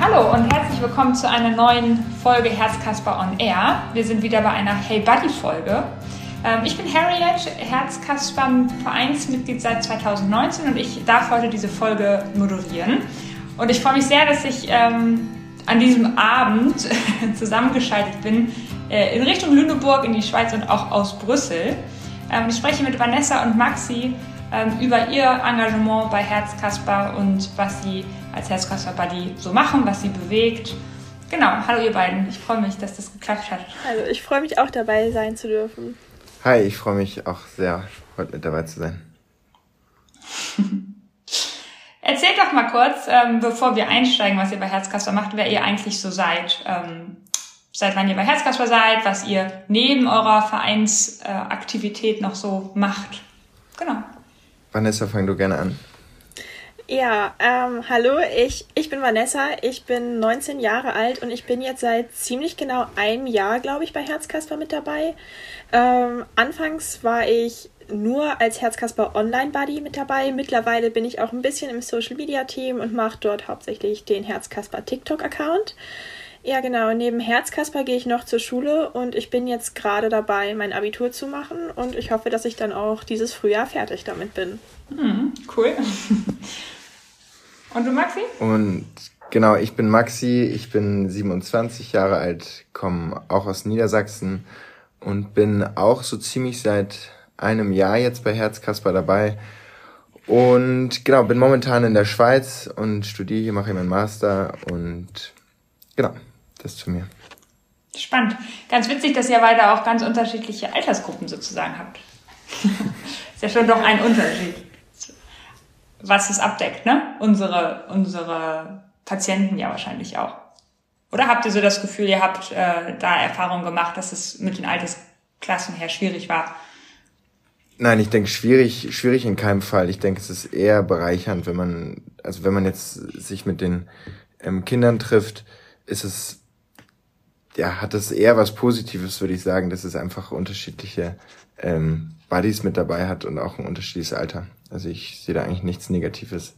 Hallo und herzlich willkommen zu einer neuen Folge Herzkasper on Air. Wir sind wieder bei einer Hey Buddy Folge. Ich bin Harriet, Herzkasper Vereinsmitglied seit 2019 und ich darf heute diese Folge moderieren. Und ich freue mich sehr, dass ich an diesem Abend zusammengeschaltet bin in Richtung Lüneburg, in die Schweiz und auch aus Brüssel. Ich spreche mit Vanessa und Maxi über ihr Engagement bei Herzkasper und was sie als Herzkasper-Buddy so machen, was sie bewegt. Genau, hallo ihr beiden. Ich freue mich, dass das geklappt hat. Hallo, ich freue mich auch dabei sein zu dürfen. Hi, ich freue mich auch sehr, heute mit dabei zu sein. Erzählt doch mal kurz, bevor wir einsteigen, was ihr bei Herzkasper macht, wer ihr eigentlich so seid. Seit wann ihr bei Herzkasper seid, was ihr neben eurer Vereinsaktivität noch so macht. Genau. Vanessa, fang du gerne an. Ja, hallo, ich bin Vanessa, ich bin 19 Jahre alt und ich bin jetzt seit ziemlich genau einem Jahr, glaube ich, bei Herzkasper mit dabei. Anfangs war ich nur als Herzkasper Online-Buddy mit dabei. Mittlerweile bin ich auch ein bisschen im Social-Media-Team und mache dort hauptsächlich den Herzkasper TikTok-Account. Ja, genau. Neben Herzkasper gehe ich noch zur Schule und ich bin jetzt gerade dabei, mein Abitur zu machen und ich hoffe, dass ich dann auch dieses Frühjahr fertig damit bin. Cool. Und du, Maxi? Und genau, ich bin Maxi, ich bin 27 Jahre alt, komme auch aus Niedersachsen und bin auch so ziemlich seit einem Jahr jetzt bei Herzkasper dabei. Und genau, bin momentan in der Schweiz und studiere hier, mache hier meinen Master und genau, das zu mir. Spannend. Ganz witzig, dass ihr beide auch ganz unterschiedliche Altersgruppen sozusagen habt. Ist ja schon doch ein Unterschied, was es abdeckt, ne? Unsere Patienten ja wahrscheinlich auch. Oder habt ihr so das Gefühl, ihr habt da Erfahrung gemacht, dass es mit den Altersklassen her schwierig war? Nein, ich denke schwierig in keinem Fall. Ich denke, es ist eher bereichernd, wenn man jetzt sich mit den Kindern trifft, hat es eher was Positives, würde ich sagen, dass es einfach unterschiedliche Buddies mit dabei hat und auch ein unterschiedliches Alter. Also ich sehe da eigentlich nichts Negatives.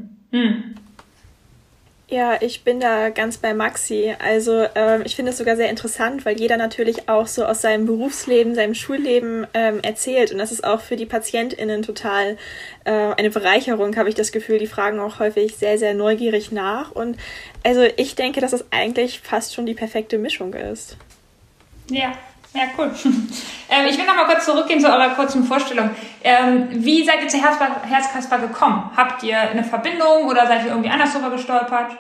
Ja, ich bin da ganz bei Maxi. Also ich finde es sogar sehr interessant, weil jeder natürlich auch so aus seinem Berufsleben, seinem Schulleben erzählt. Und das ist auch für die PatientInnen total eine Bereicherung, habe ich das Gefühl. Die fragen auch häufig sehr, sehr neugierig nach. Und also ich denke, dass es eigentlich fast schon die perfekte Mischung ist. Ja, cool. Ich will noch mal kurz zurückgehen zu eurer kurzen Vorstellung. Wie seid ihr zu Herzkasper gekommen? Habt ihr eine Verbindung oder seid ihr irgendwie anders drüber gestolpert?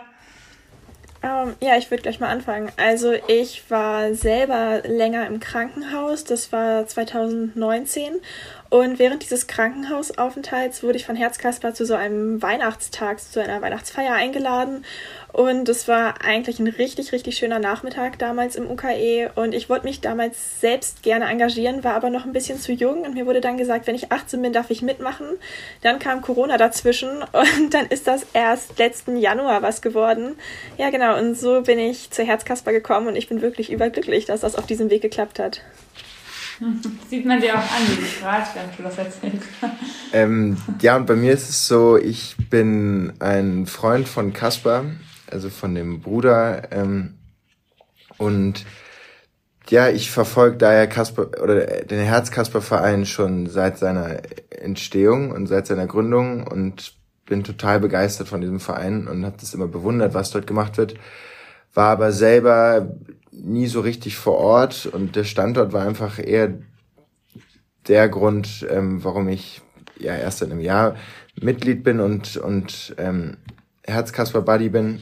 Ja, ich würde gleich mal anfangen. Also ich war selber länger im Krankenhaus, das war 2019. Und während dieses Krankenhausaufenthalts wurde ich von Herzkasper zu so einem Weihnachtstag, zu einer Weihnachtsfeier eingeladen. Und es war eigentlich ein richtig, richtig schöner Nachmittag damals im UKE. Und ich wollte mich damals selbst gerne engagieren, war aber noch ein bisschen zu jung. Und mir wurde dann gesagt, wenn ich 18 bin, darf ich mitmachen. Dann kam Corona dazwischen und dann ist das erst letzten Januar was geworden. Ja, genau. Und so bin ich zu Herzkasper gekommen und ich bin wirklich überglücklich, dass das auf diesem Weg geklappt hat. Sieht man dir auch an, wie du strahlst, wenn du das erzählst. Ja, und bei mir ist es so, ich bin ein Freund von Kasper, also von dem Bruder, und ja, ich verfolge daher Kasper oder den Herzkasper-Verein schon seit seiner Entstehung und seit seiner Gründung und bin total begeistert von diesem Verein und habe das immer bewundert, was dort gemacht wird, war aber selber nie so richtig vor Ort und der Standort war einfach eher der Grund, warum ich ja erst seit einem Jahr Mitglied bin und Herzkasper-Buddy bin.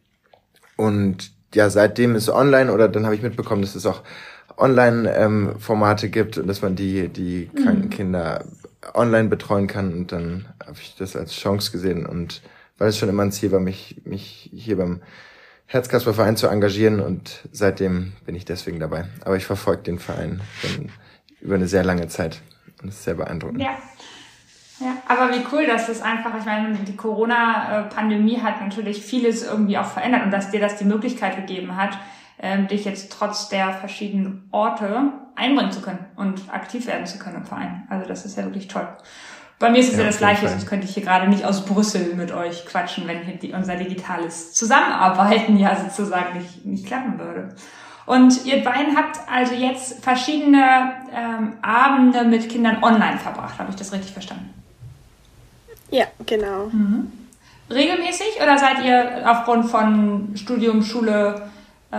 Und ja, seitdem ist online, oder dann habe ich mitbekommen, dass es auch Online-Formate gibt und dass man die kranken Kinder online betreuen kann. Und dann habe ich das als Chance gesehen und weil es schon immer ein Ziel war, mich hier beim Herzkasper-Verein zu engagieren und seitdem bin ich deswegen dabei. Aber ich verfolge den Verein schon über eine sehr lange Zeit und es ist sehr beeindruckend. Ja, aber wie cool, dass das einfach, ich meine, die Corona-Pandemie hat natürlich vieles irgendwie auch verändert und dass dir das die Möglichkeit gegeben hat, dich jetzt trotz der verschiedenen Orte einbringen zu können und aktiv werden zu können im Verein. Also das ist ja wirklich toll. Bei mir ist es ja Ja, das auf jeden Gleiche, Fall. sonst könnte ich hier gerade nicht aus Brüssel mit euch quatschen, wenn hier unser digitales Zusammenarbeiten ja sozusagen nicht klappen würde. Und ihr beiden habt also jetzt verschiedene Abende mit Kindern online verbracht. Habe ich das richtig verstanden? Ja, genau. Regelmäßig oder seid ihr aufgrund von Studium, Schule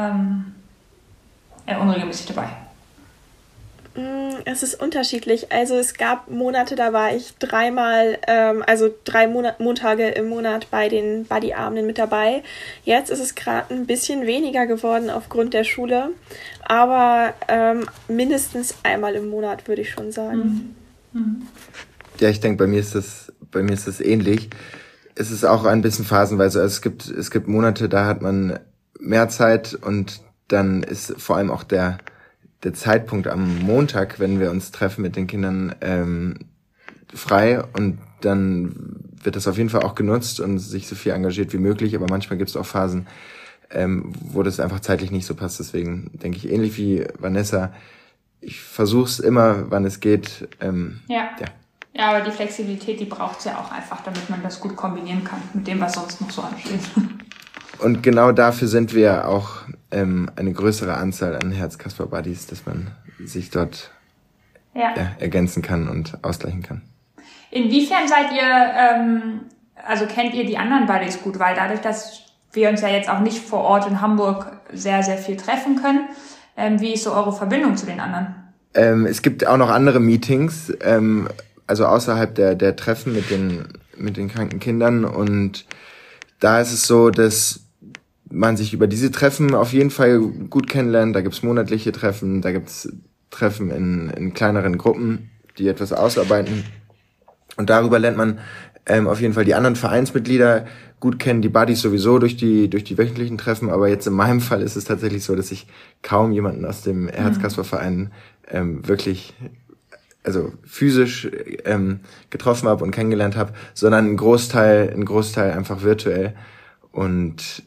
unregelmäßig dabei? Es ist unterschiedlich. Also es gab Monate, da war ich dreimal, also 3 Montage im Monat bei den Buddy-Abenden mit dabei. Jetzt ist es gerade ein bisschen weniger geworden aufgrund der Schule, aber mindestens einmal im Monat, würde ich schon sagen. Ja, ich denke, bei mir ist das ähnlich. Es ist auch ein bisschen phasenweise. Also es gibt Monate, da hat man mehr Zeit und dann ist vor allem auch der Zeitpunkt am Montag, wenn wir uns treffen mit den Kindern, frei, und dann wird das auf jeden Fall auch genutzt und sich so viel engagiert wie möglich, aber manchmal gibt es auch Phasen, wo das einfach zeitlich nicht so passt. Deswegen denke ich, ähnlich wie Vanessa, ich versuche es immer, wann es geht. Ja, aber die Flexibilität, die braucht es ja auch einfach, damit man das gut kombinieren kann mit dem, was sonst noch so ansteht. Und genau dafür sind wir auch eine größere Anzahl an Herz-Kasper-Buddies, dass man sich dort ergänzen kann und ausgleichen kann. Inwiefern seid ihr, also kennt ihr die anderen Buddies gut? Weil dadurch, dass wir uns ja jetzt auch nicht vor Ort in Hamburg sehr, sehr viel treffen können, wie ist so eure Verbindung zu den anderen? Es gibt auch noch andere Meetings, also außerhalb der Treffen mit den kranken Kindern, und da ist es so, dass man sich über diese Treffen auf jeden Fall gut kennenlernt. Da gibt's monatliche Treffen, da gibt's Treffen in kleineren Gruppen, die etwas ausarbeiten. Und darüber lernt man auf jeden Fall die anderen Vereinsmitglieder gut kennen, die Buddies sowieso durch die wöchentlichen Treffen. Aber jetzt in meinem Fall ist es tatsächlich so, dass ich kaum jemanden aus dem Herz-Kasper-Verein wirklich, also physisch getroffen habe und kennengelernt habe, sondern ein Großteil einfach virtuell. Und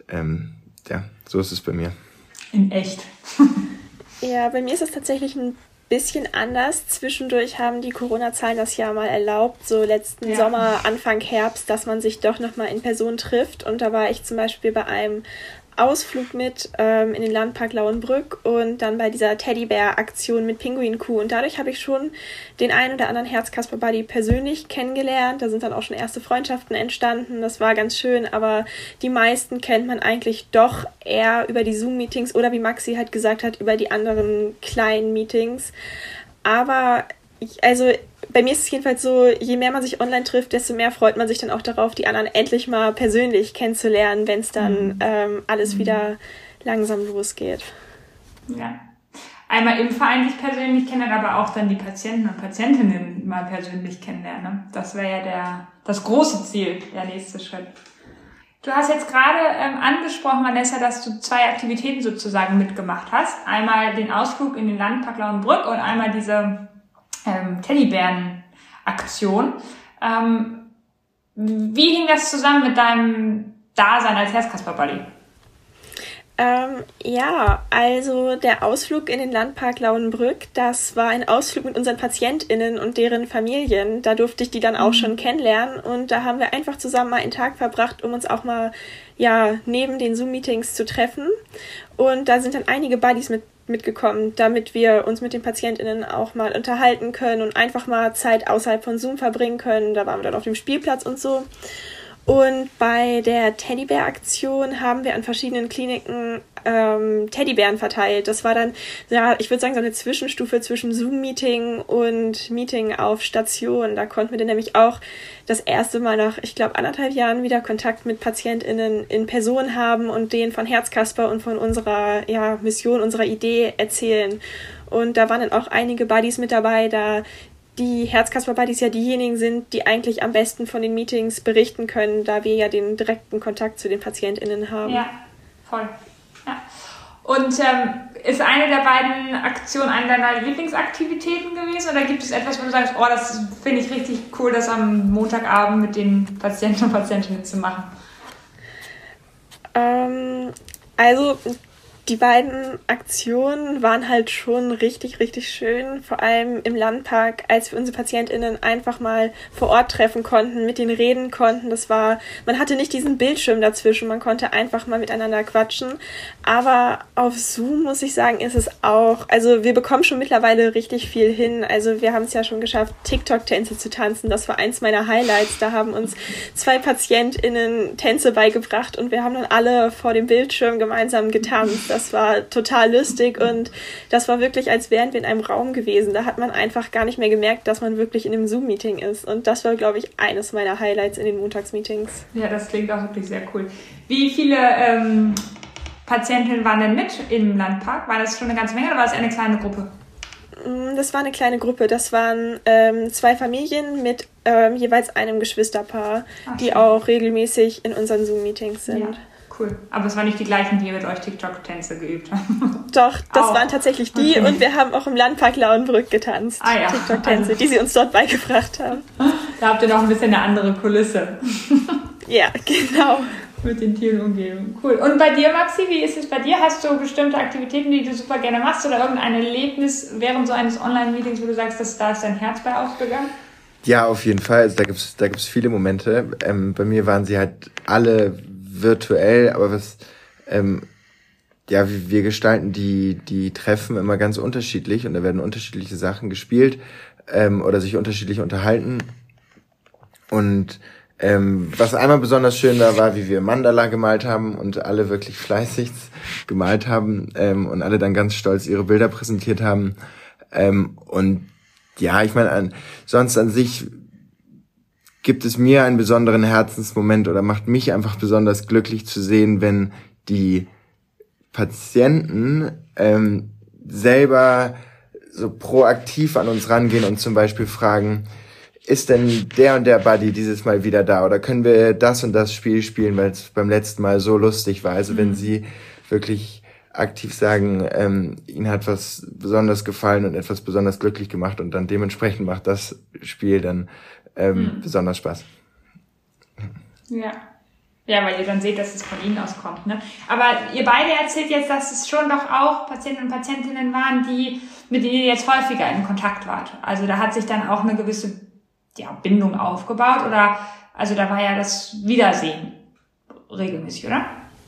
so ist es bei mir. In echt. Ja, bei mir ist es tatsächlich ein bisschen anders. Zwischendurch haben die Corona-Zahlen das ja mal erlaubt, so letzten Sommer, Anfang Herbst, dass man sich doch nochmal in Person trifft. Und da war ich zum Beispiel bei einem Ausflug mit in den Landpark Lauenbrück und dann bei dieser Teddybär-Aktion mit Pinguinkuh. Und dadurch habe ich schon den einen oder anderen Herz-Kasper-Buddy persönlich kennengelernt. Da sind dann auch schon erste Freundschaften entstanden. Das war ganz schön, aber die meisten kennt man eigentlich doch eher über die Zoom-Meetings oder, wie Maxi halt gesagt hat, über die anderen kleinen Meetings. Aber bei mir ist es jedenfalls so, je mehr man sich online trifft, desto mehr freut man sich dann auch darauf, die anderen endlich mal persönlich kennenzulernen, wenn es dann alles wieder langsam losgeht. Ja. Einmal im Verein sich persönlich kennen, aber auch dann die Patienten und Patientinnen mal persönlich kennenlernen. Ne? Das wäre ja das große Ziel, der nächste Schritt. Du hast jetzt gerade angesprochen, Vanessa, dass du 2 Aktivitäten sozusagen mitgemacht hast. Einmal den Ausflug in den Landpark Lauenbrück und einmal diese Teddybären-Aktion. Wie hing das zusammen mit deinem Dasein als Herz-Kasper-Buddy? Ja, also der Ausflug in den Landpark Lauenbrück, das war ein Ausflug mit unseren PatientInnen und deren Familien. Da durfte ich die dann auch schon kennenlernen, und da haben wir einfach zusammen mal einen Tag verbracht, um uns auch mal neben den Zoom-Meetings zu treffen. Und da sind dann einige Buddies mitgekommen, damit wir uns mit den PatientInnen auch mal unterhalten können und einfach mal Zeit außerhalb von Zoom verbringen können. Da waren wir dann auf dem Spielplatz und so. Und bei der Teddybär-Aktion haben wir an verschiedenen Kliniken Teddybären verteilt. Das war dann, ich würde sagen, so eine Zwischenstufe zwischen Zoom-Meeting und Meeting auf Station. Da konnten wir dann nämlich auch das erste Mal nach, ich glaube, 1,5 Jahren wieder Kontakt mit PatientInnen in Person haben und denen von Herz-Kasper und von unserer Mission, unserer Idee erzählen. Und da waren dann auch einige Buddies mit dabei, da die Herz-Kasper-Buddies ja diejenigen sind, die eigentlich am besten von den Meetings berichten können, da wir ja den direkten Kontakt zu den PatientInnen haben. Ja, voll. Ja. Und ist eine der beiden Aktionen eine deiner Lieblingsaktivitäten gewesen, oder gibt es etwas, wo du sagst, oh, das finde ich richtig cool, das am Montagabend mit den Patienten und Patientinnen zu machen? Also Die beiden Aktionen waren halt schon richtig, richtig schön, vor allem im Landpark, als wir unsere PatientInnen einfach mal vor Ort treffen konnten, mit denen reden konnten. Man hatte nicht diesen Bildschirm dazwischen, man konnte einfach mal miteinander quatschen. Aber auf Zoom, muss ich sagen, ist es auch, also wir bekommen schon mittlerweile richtig viel hin. Also wir haben es ja schon geschafft, TikTok-Tänze zu tanzen. Das war eins meiner Highlights. Da haben uns 2 PatientInnen Tänze beigebracht und wir haben dann alle vor dem Bildschirm gemeinsam getanzt. Das war total lustig und das war wirklich, als wären wir in einem Raum gewesen. Da hat man einfach gar nicht mehr gemerkt, dass man wirklich in einem Zoom-Meeting ist. Und das war, glaube ich, eines meiner Highlights in den Montagsmeetings. Ja, das klingt auch wirklich sehr cool. Wie viele Patientinnen waren denn mit im Landpark? War das schon eine ganze Menge oder war es eine kleine Gruppe? Das war eine kleine Gruppe. Das waren 2 Familien mit jeweils einem Geschwisterpaar, die auch regelmäßig in unseren Zoom-Meetings sind. Ja. Cool. Aber es waren nicht die gleichen, die mit euch TikTok-Tänze geübt haben. Doch, das waren tatsächlich die und wir haben auch im Landpark Lauenbrück getanzt. Ja. TikTok-Tänze, die sie uns dort beigebracht haben. Da habt ihr noch ein bisschen eine andere Kulisse. Ja, genau. Mit den Tieren umgeben. Cool. Und bei dir, Maxi, wie ist es bei dir? Hast du bestimmte Aktivitäten, die du super gerne machst oder irgendein Erlebnis während so eines Online-Meetings, wo du sagst, da ist dein Herz bei aufgegangen? Ja, auf jeden Fall. Also da gibt's viele Momente. Bei mir waren sie halt alle virtuell, aber wir gestalten die Treffen immer ganz unterschiedlich und da werden unterschiedliche Sachen gespielt oder sich unterschiedlich unterhalten. Und was einmal besonders schön war, wie wir Mandala gemalt haben und alle wirklich fleißig gemalt haben und alle dann ganz stolz ihre Bilder präsentiert haben. Und ja, ich meine, sonst an sich gibt es mir einen besonderen Herzensmoment oder macht mich einfach besonders glücklich zu sehen, wenn die Patienten selber so proaktiv an uns rangehen und zum Beispiel fragen, ist denn der und der Buddy dieses Mal wieder da oder können wir das und das Spiel spielen, weil es beim letzten Mal so lustig war. Also wenn sie wirklich aktiv sagen, ihnen hat was besonders gefallen und etwas besonders glücklich gemacht und dann dementsprechend macht das Spiel dann besonders Spaß. Ja. Ja, weil ihr dann seht, dass es von ihnen auskommt, ne? Aber ihr beide erzählt jetzt, dass es schon doch auch Patienten und Patientinnen waren, mit denen ihr jetzt häufiger in Kontakt wart. Also da hat sich dann auch eine gewisse Bindung aufgebaut oder, also da war ja das Wiedersehen regelmäßig, oder?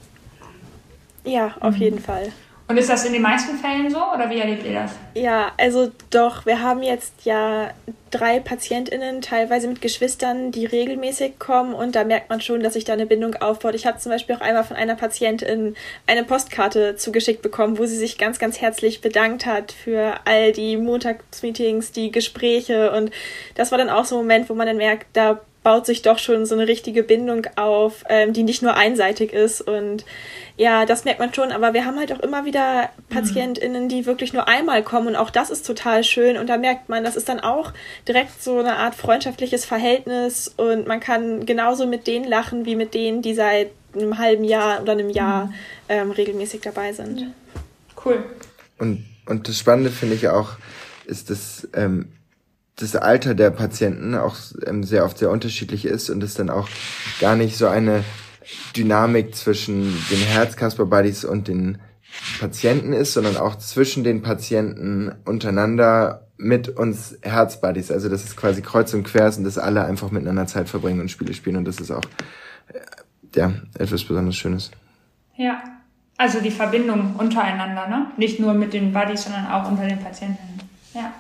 Ja, auf jeden Fall. Und ist das in den meisten Fällen so oder wie erlebt ihr das? Ja, also doch, wir haben jetzt ja 3 PatientInnen, teilweise mit Geschwistern, die regelmäßig kommen und da merkt man schon, dass sich da eine Bindung aufbaut. Ich habe zum Beispiel auch einmal von einer Patientin eine Postkarte zugeschickt bekommen, wo sie sich ganz, ganz herzlich bedankt hat für all die Montagsmeetings, die Gespräche und das war dann auch so ein Moment, wo man dann merkt, da baut sich doch schon so eine richtige Bindung auf, die nicht nur einseitig ist und ja, das merkt man schon, aber wir haben halt auch immer wieder PatientInnen, die wirklich nur einmal kommen und auch das ist total schön und da merkt man, das ist dann auch direkt so eine Art freundschaftliches Verhältnis und man kann genauso mit denen lachen, wie mit denen, die seit einem halben Jahr oder einem Jahr regelmäßig dabei sind. Cool. Und das Spannende finde ich auch, ist, dass das Alter der Patienten auch sehr oft sehr unterschiedlich ist und es dann auch gar nicht so eine Dynamik zwischen den Herz-Kasper-Buddies und den Patienten ist, sondern auch zwischen den Patienten untereinander mit uns Herz-Buddies. Also dass es quasi kreuz und quer ist und dass alle einfach miteinander Zeit verbringen und Spiele spielen und das ist auch etwas besonders Schönes. Ja, also die Verbindung untereinander, ne? Nicht nur mit den Buddies, sondern auch unter den Patienten. Ja.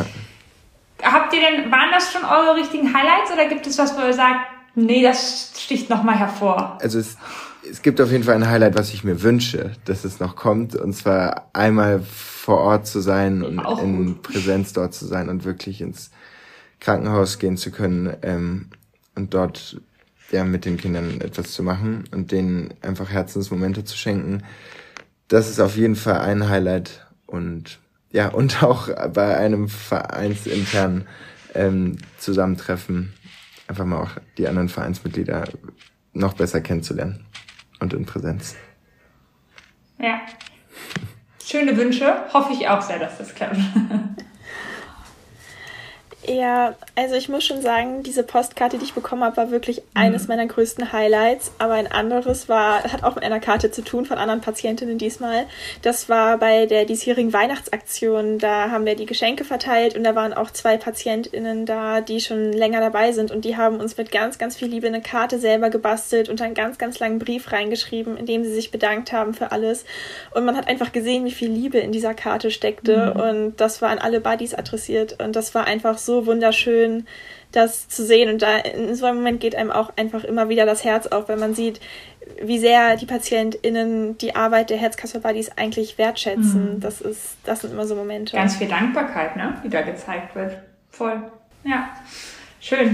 Waren das schon eure richtigen Highlights oder gibt es was, wo ihr sagt, nee, das sticht nochmal hervor? Also es gibt auf jeden Fall ein Highlight, was ich mir wünsche, dass es noch kommt. Und zwar einmal vor Ort zu sein und in Präsenz dort zu sein und wirklich ins Krankenhaus gehen zu können und dort mit den Kindern etwas zu machen und denen einfach Herzensmomente zu schenken. Das ist auf jeden Fall ein Highlight und auch bei einem vereinsinternen Zusammentreffen einfach mal auch die anderen Vereinsmitglieder noch besser kennenzulernen und in Präsenz. Ja. Schöne Wünsche. Hoffe ich auch sehr, dass das klappt. Ja, also ich muss schon sagen, diese Postkarte, die ich bekommen habe, war wirklich eines meiner größten Highlights. Aber ein anderes hat auch mit einer Karte zu tun, von anderen Patientinnen diesmal. Das war bei der diesjährigen Weihnachtsaktion. Da haben wir die Geschenke verteilt und da waren auch 2 PatientInnen da, die schon länger dabei sind. Und die haben uns mit ganz, ganz viel Liebe eine Karte selber gebastelt und einen ganz, ganz langen Brief reingeschrieben, in dem sie sich bedankt haben für alles. Und man hat einfach gesehen, wie viel Liebe in dieser Karte steckte. Und das war an alle Buddies adressiert. Und das war einfach so wunderschön, das zu sehen. Und da in so einem Moment geht einem auch einfach immer wieder das Herz auf, wenn man sieht, wie sehr die PatientInnen die Arbeit der Herzkasper-Buddies eigentlich wertschätzen. Das sind immer so Momente. Ganz viel Dankbarkeit, ne, die da gezeigt wird. Voll. Ja, schön.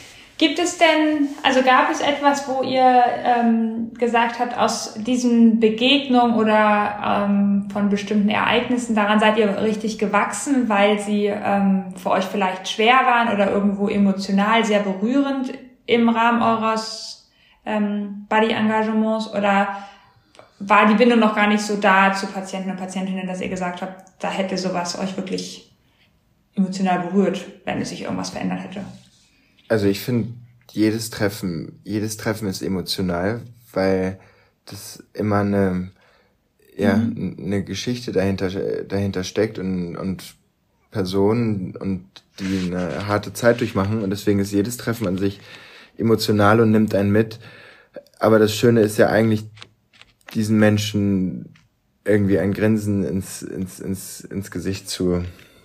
Gab es etwas, wo ihr gesagt habt, aus diesen Begegnungen oder von bestimmten Ereignissen, daran seid ihr richtig gewachsen, weil sie für euch vielleicht schwer waren oder irgendwo emotional sehr berührend im Rahmen eures Buddy-Engagements, oder war die Bindung noch gar nicht so da zu Patienten und Patientinnen, dass ihr gesagt habt, da hätte sowas euch wirklich emotional berührt, wenn es sich irgendwas verändert hätte? Also ich finde, jedes Treffen ist emotional, weil das immer eine Geschichte dahinter steckt und Personen, und die eine harte Zeit durchmachen, und deswegen ist jedes Treffen an sich emotional und nimmt einen mit. Aber das Schöne ist ja eigentlich, diesen Menschen irgendwie ein Grinsen ins Gesicht zu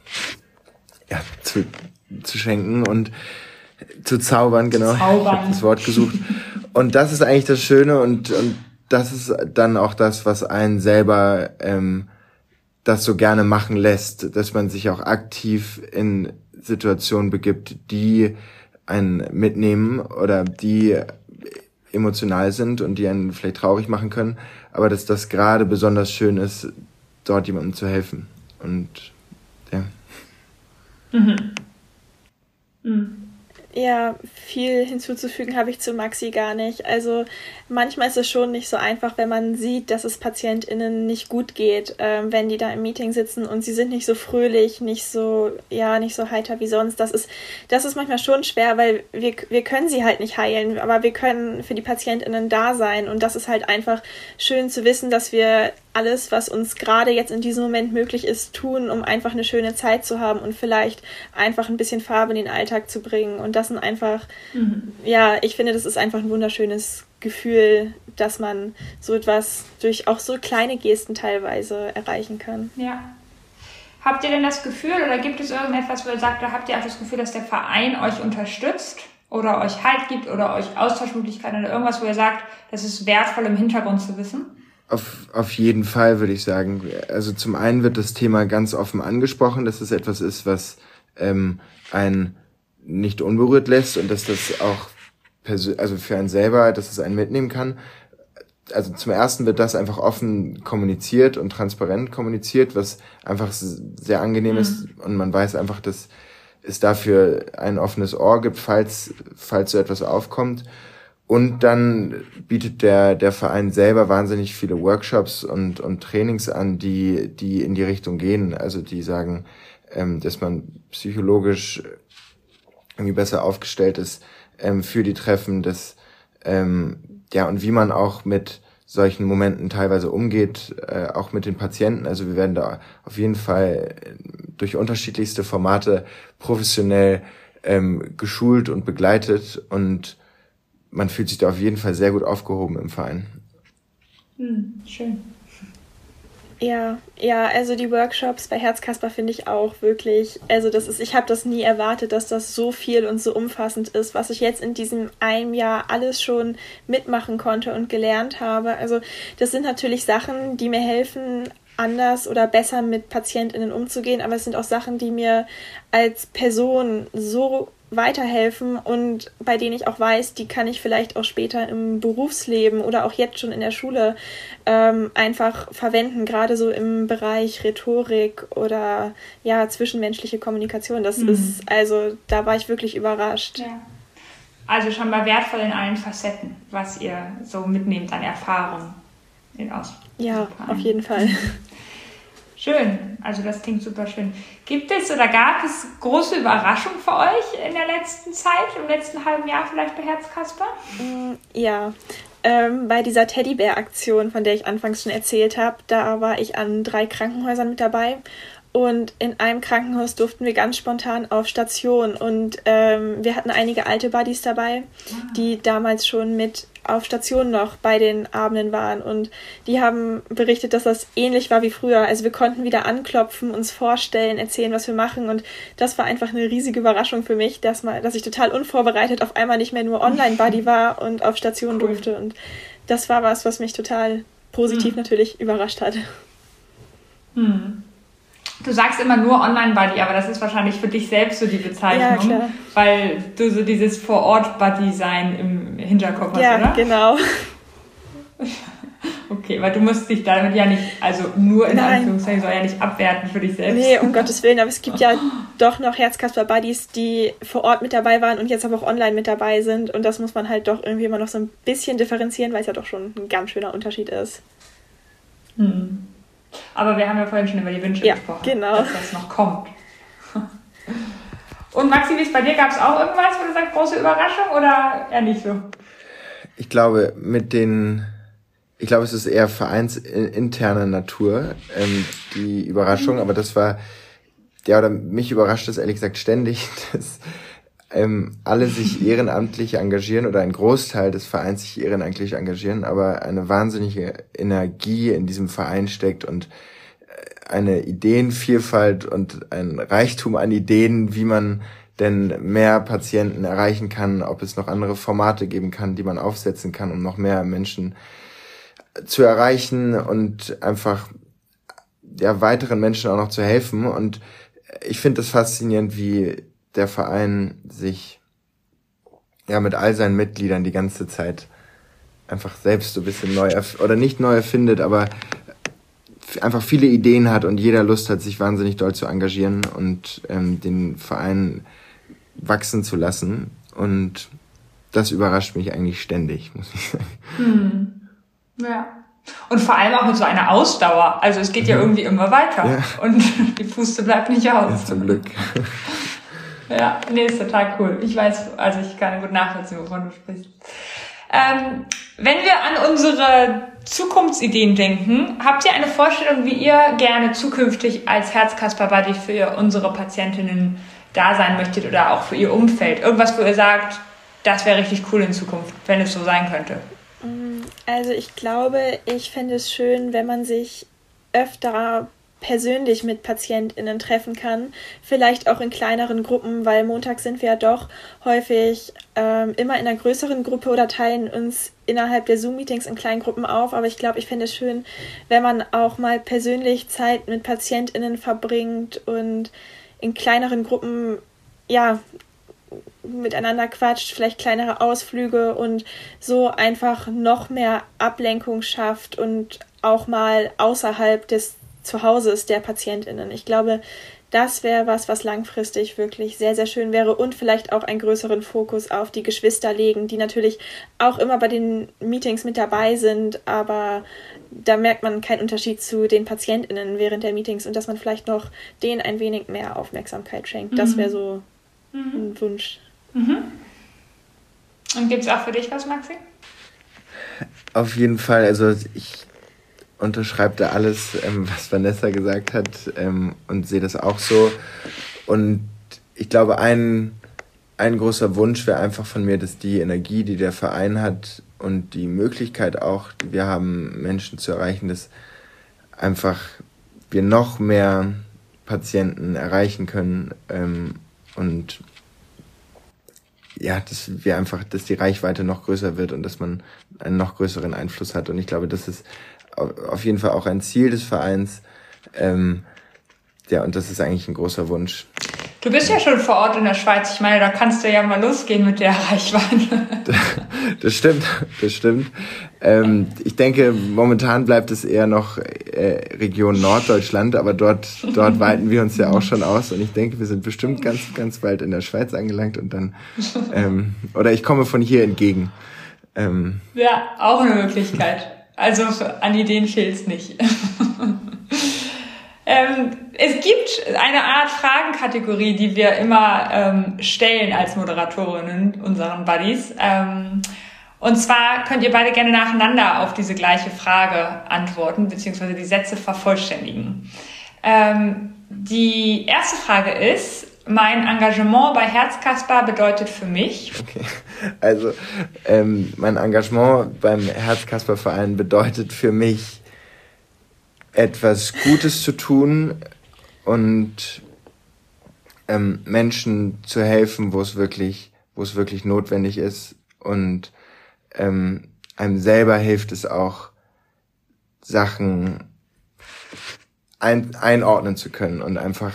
schenken und zu zaubern, genau. Ich habe das Wort gesucht. Und das ist eigentlich das Schöne, und das ist dann auch das, was einen selber das so gerne machen lässt, dass man sich auch aktiv in Situationen begibt, die einen mitnehmen oder die emotional sind und die einen vielleicht traurig machen können, aber dass das gerade besonders schön ist, dort jemandem zu helfen. Und ja. Ja, viel hinzuzufügen habe ich zu Maxi gar nicht. Also manchmal ist es schon nicht so einfach, wenn man sieht, dass es PatientInnen nicht gut geht, wenn die da im Meeting sitzen und sie sind nicht so fröhlich, nicht so heiter wie sonst. Das ist manchmal schon schwer, weil wir können sie halt nicht heilen, aber wir können für die PatientInnen da sein, und das ist halt einfach schön zu wissen, dass wir alles, was uns gerade jetzt in diesem Moment möglich ist, tun, um einfach eine schöne Zeit zu haben und vielleicht einfach ein bisschen Farbe in den Alltag zu bringen. Und das sind einfach, ich finde, das ist einfach ein wunderschönes Gefühl, dass man so etwas durch auch so kleine Gesten teilweise erreichen kann. Ja. Habt ihr denn das Gefühl, oder gibt es irgendetwas, wo ihr sagt, da habt ihr auch das Gefühl, dass der Verein euch unterstützt oder euch Halt gibt oder euch Austauschmöglichkeiten oder irgendwas, wo ihr sagt, das ist wertvoll im Hintergrund zu wissen? Auf jeden Fall, würde ich sagen. Also zum einen wird das Thema ganz offen angesprochen, dass es etwas ist, was einen nicht unberührt lässt, und dass das auch für einen selber, dass es einen mitnehmen kann. Also zum ersten wird das einfach offen kommuniziert und transparent kommuniziert, was einfach sehr angenehm ist, und man weiß einfach, dass es dafür ein offenes Ohr gibt, falls so etwas aufkommt. Und dann bietet der Verein selber wahnsinnig viele Workshops und Trainings an, die in die Richtung gehen. Also die sagen, dass man psychologisch irgendwie besser aufgestellt ist für die Treffen, und wie man auch mit solchen Momenten teilweise umgeht, auch mit den Patienten. Also wir werden da auf jeden Fall durch unterschiedlichste Formate professionell geschult und begleitet, und man fühlt sich da auf jeden Fall sehr gut aufgehoben im Verein. Schön. Ja, also die Workshops bei Herzkasper finde ich auch wirklich, ich habe das nie erwartet, dass das so viel und so umfassend ist, was ich jetzt in diesem einem Jahr alles schon mitmachen konnte und gelernt habe. Also das sind natürlich Sachen, die mir helfen, anders oder besser mit PatientInnen umzugehen, aber es sind auch Sachen, die mir als Person so weiterhelfen und bei denen ich auch weiß, die kann ich vielleicht auch später im Berufsleben oder auch jetzt schon in der Schule einfach verwenden, gerade so im Bereich Rhetorik oder zwischenmenschliche Kommunikation. Das ist, da war ich wirklich überrascht. Ja. Also scheinbar wertvoll in allen Facetten, was ihr so mitnehmt an Erfahrung. Ja, auf jeden Fall. Schön, also das klingt super schön. Gibt es oder gab es große Überraschungen für euch in der letzten Zeit, im letzten halben Jahr vielleicht bei Herzkasper? Ja, bei dieser Teddybär-Aktion, von der ich anfangs schon erzählt habe, da war ich an 3 Krankenhäusern mit dabei. Und in einem Krankenhaus durften wir ganz spontan auf Station. Und wir hatten einige alte Buddies dabei, die damals schon mit auf Station noch bei den Abenden waren. Und die haben berichtet, dass das ähnlich war wie früher. Also wir konnten wieder anklopfen, uns vorstellen, erzählen, was wir machen. Und das war einfach eine riesige Überraschung für mich, dass ich total unvorbereitet auf einmal nicht mehr nur Online-Buddy war und auf Station durfte. Und das war was mich total positiv natürlich überrascht hat. Du sagst immer nur Online-Buddy, aber das ist wahrscheinlich für dich selbst so die Bezeichnung, ja, weil du so dieses Vor-Ort-Buddy-Sein im Hinterkopf hast, ja, oder? Ja, genau. Okay, weil du musst dich damit ja nicht, also nur in Anführungszeichen, soll ja nicht abwerten für dich selbst. Nee, um Gottes Willen, aber es gibt ja doch noch Herzkasper-Buddies, die vor Ort mit dabei waren und jetzt aber auch online mit dabei sind und das muss man halt doch irgendwie immer noch so ein bisschen differenzieren, weil es ja doch schon ein ganz schöner Unterschied ist. Aber wir haben ja vorhin schon über die Wünsche gesprochen, genau. dass das noch kommt. Und Maxi, wie ist bei dir? Gab es auch irgendwas, wo du sagst, große Überraschung oder eher nicht so? Ich glaube, es ist eher vereinsinterner Natur, die Überraschung, aber das war, oder mich überrascht das ehrlich gesagt ständig, dass alle sich ehrenamtlich engagieren oder ein Großteil des Vereins sich ehrenamtlich engagieren, aber eine wahnsinnige Energie in diesem Verein steckt und eine Ideenvielfalt und ein Reichtum an Ideen, wie man denn mehr Patienten erreichen kann, ob es noch andere Formate geben kann, die man aufsetzen kann, um noch mehr Menschen zu erreichen und einfach weiteren Menschen auch noch zu helfen. Und ich finde das faszinierend, wie der Verein sich mit all seinen Mitgliedern die ganze Zeit einfach selbst so ein bisschen nicht neu erfindet, aber einfach viele Ideen hat und jeder Lust hat, sich wahnsinnig doll zu engagieren und den Verein wachsen zu lassen. Und das überrascht mich eigentlich ständig, muss ich sagen. Ja. Und vor allem auch mit so einer Ausdauer. Also es geht ja irgendwie immer weiter und die Puste bleibt nicht aus. Ja, zum Glück. Ja, nee, ist total cool. Ich weiß, also ich kann gut nachvollziehen, wovon du sprichst. Wenn wir an unsere Zukunftsideen denken, habt ihr eine Vorstellung, wie ihr gerne zukünftig als Herzkasper-Buddy für unsere Patientinnen da sein möchtet oder auch für ihr Umfeld? Irgendwas, wo ihr sagt, das wäre richtig cool in Zukunft, wenn es so sein könnte. Also ich glaube, ich fände es schön, wenn man sich öfter persönlich mit PatientInnen treffen kann, vielleicht auch in kleineren Gruppen, weil montags sind wir ja doch häufig immer in einer größeren Gruppe oder teilen uns innerhalb der Zoom-Meetings in kleinen Gruppen auf, aber ich glaube, ich fände es schön, wenn man auch mal persönlich Zeit mit PatientInnen verbringt und in kleineren Gruppen, miteinander quatscht, vielleicht kleinere Ausflüge und so einfach noch mehr Ablenkung schafft und auch mal außerhalb des Zuhauses der PatientInnen. Ich glaube, das wäre was langfristig wirklich sehr, sehr schön wäre und vielleicht auch einen größeren Fokus auf die Geschwister legen, die natürlich auch immer bei den Meetings mit dabei sind, aber da merkt man keinen Unterschied zu den PatientInnen während der Meetings und dass man vielleicht noch denen ein wenig mehr Aufmerksamkeit schenkt. Das wäre so ein Wunsch. Und gibt es auch für dich was, Maxi? Auf jeden Fall, also ich unterschreibe da alles, was Vanessa gesagt hat und sehe das auch so. Und ich glaube, ein großer Wunsch wäre einfach von mir, dass die Energie, die der Verein hat und die Möglichkeit auch, die wir haben, Menschen zu erreichen, dass einfach wir noch mehr Patienten erreichen können und dass die Reichweite noch größer wird und dass man einen noch größeren Einfluss hat. Und ich glaube, das ist auf jeden Fall auch ein Ziel des Vereins. Und das ist eigentlich ein großer Wunsch. Du bist ja schon vor Ort in der Schweiz. Ich meine, da kannst du ja mal losgehen mit der Reichweite. Das stimmt. Ich denke, momentan bleibt es eher noch Region Norddeutschland, aber dort weiten wir uns ja auch schon aus. Und ich denke, wir sind bestimmt ganz, ganz bald in der Schweiz angelangt und dann, oder ich komme von hier entgegen. Ja, auch eine Möglichkeit. Also an Ideen fehlt es nicht. Es gibt eine Art Fragenkategorie, die wir immer stellen als Moderatorinnen unseren Buddies. Und zwar könnt ihr beide gerne nacheinander auf diese gleiche Frage antworten, beziehungsweise die Sätze vervollständigen. Die erste Frage ist: Mein Engagement bei Herzkasper bedeutet für mich. Okay, also mein Engagement beim Herzkasper-Verein bedeutet für mich, etwas Gutes zu tun und Menschen zu helfen, wo es wirklich notwendig ist. Und einem selber hilft es auch, Sachen einordnen zu können und einfach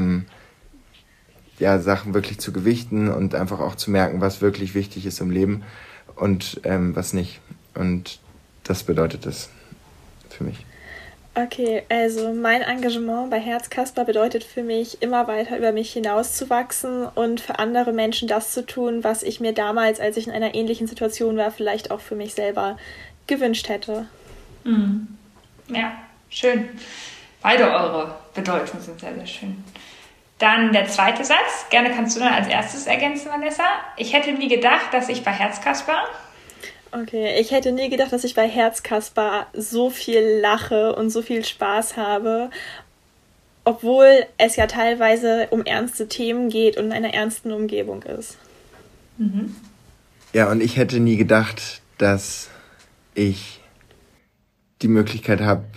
Sachen wirklich zu gewichten und einfach auch zu merken, was wirklich wichtig ist im Leben und was nicht. Und das bedeutet es für mich. Okay, also mein Engagement bei Herzkasper bedeutet für mich, immer weiter über mich hinauszuwachsen und für andere Menschen das zu tun, was ich mir damals, als ich in einer ähnlichen Situation war, vielleicht auch für mich selber gewünscht hätte. Mhm. Ja, schön. Beide eure Bedeutungen sind sehr, sehr schön. Dann der zweite Satz. Gerne kannst du dann als erstes ergänzen, Vanessa. Ich hätte nie gedacht, dass ich bei Herzkasper... Okay, ich hätte nie gedacht, dass ich bei Herzkasper so viel lache und so viel Spaß habe, obwohl es ja teilweise um ernste Themen geht und in einer ernsten Umgebung ist. Mhm. Ja, und ich hätte nie gedacht, dass ich die Möglichkeit habe,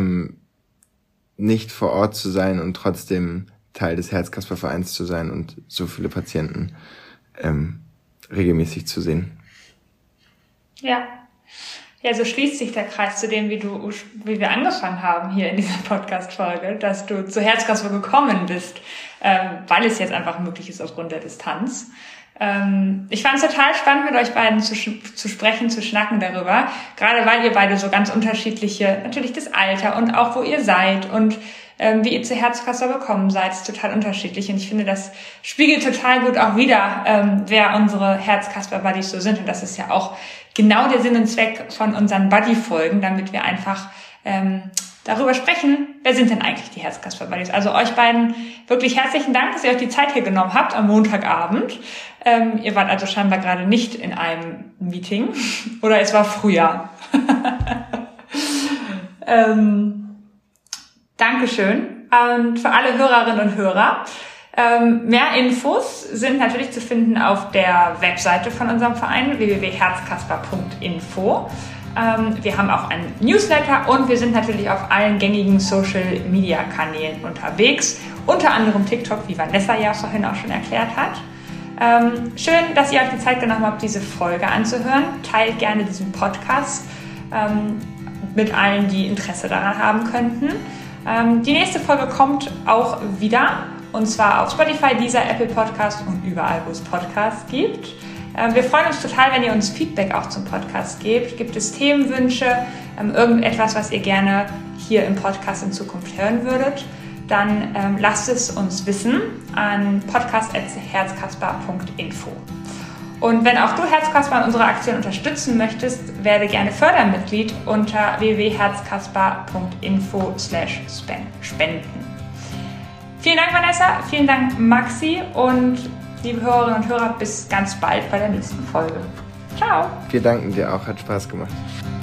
nicht vor Ort zu sein und trotzdem Teil des Herzkasper-Vereins zu sein und so viele Patienten regelmäßig zu sehen. Ja, so schließt sich der Kreis zu dem, wie wir angefangen haben hier in dieser Podcast-Folge, dass du zu Herzkasper gekommen bist, weil es jetzt einfach möglich ist aufgrund der Distanz. Ich fand es total spannend, mit euch beiden zu sprechen, zu schnacken darüber, gerade weil ihr beide so ganz unterschiedliche, natürlich das Alter und auch wo ihr seid und wie ihr zu Herzkasper gekommen seid, ist total unterschiedlich. Und ich finde, das spiegelt total gut auch wider, wer unsere Herzkasper-Buddies so sind. Und das ist ja auch genau der Sinn und Zweck von unseren Buddy-Folgen, damit wir einfach darüber sprechen, wer sind denn eigentlich die Herzkasper-Buddies. Also euch beiden wirklich herzlichen Dank, dass ihr euch die Zeit hier genommen habt am Montagabend. Ihr wart also scheinbar gerade nicht in einem Meeting oder es war Frühjahr. Dankeschön. Und für alle Hörerinnen und Hörer, mehr Infos sind natürlich zu finden auf der Webseite von unserem Verein www.herzkasper.info. Wir haben auch einen Newsletter und wir sind natürlich auf allen gängigen Social-Media-Kanälen unterwegs, unter anderem TikTok, wie Vanessa ja vorhin auch schon erklärt hat. Schön, dass ihr euch die Zeit genommen habt, diese Folge anzuhören. Teilt gerne diesen Podcast mit allen, die Interesse daran haben könnten. Die nächste Folge kommt auch wieder, und zwar auf Spotify, Deezer, Apple Podcast und überall, wo es Podcasts gibt. Wir freuen uns total, wenn ihr uns Feedback auch zum Podcast gebt. Gibt es Themenwünsche, irgendetwas, was ihr gerne hier im Podcast in Zukunft hören würdet, dann lasst es uns wissen an podcast@herzkasper.info. Und wenn auch du Herzkasper in unserer Aktion unterstützen möchtest, werde gerne Fördermitglied unter www.herzkasper.info/spenden. Vielen Dank, Vanessa, vielen Dank, Maxi, und liebe Hörerinnen und Hörer, bis ganz bald bei der nächsten Folge. Ciao! Wir danken dir auch, hat Spaß gemacht.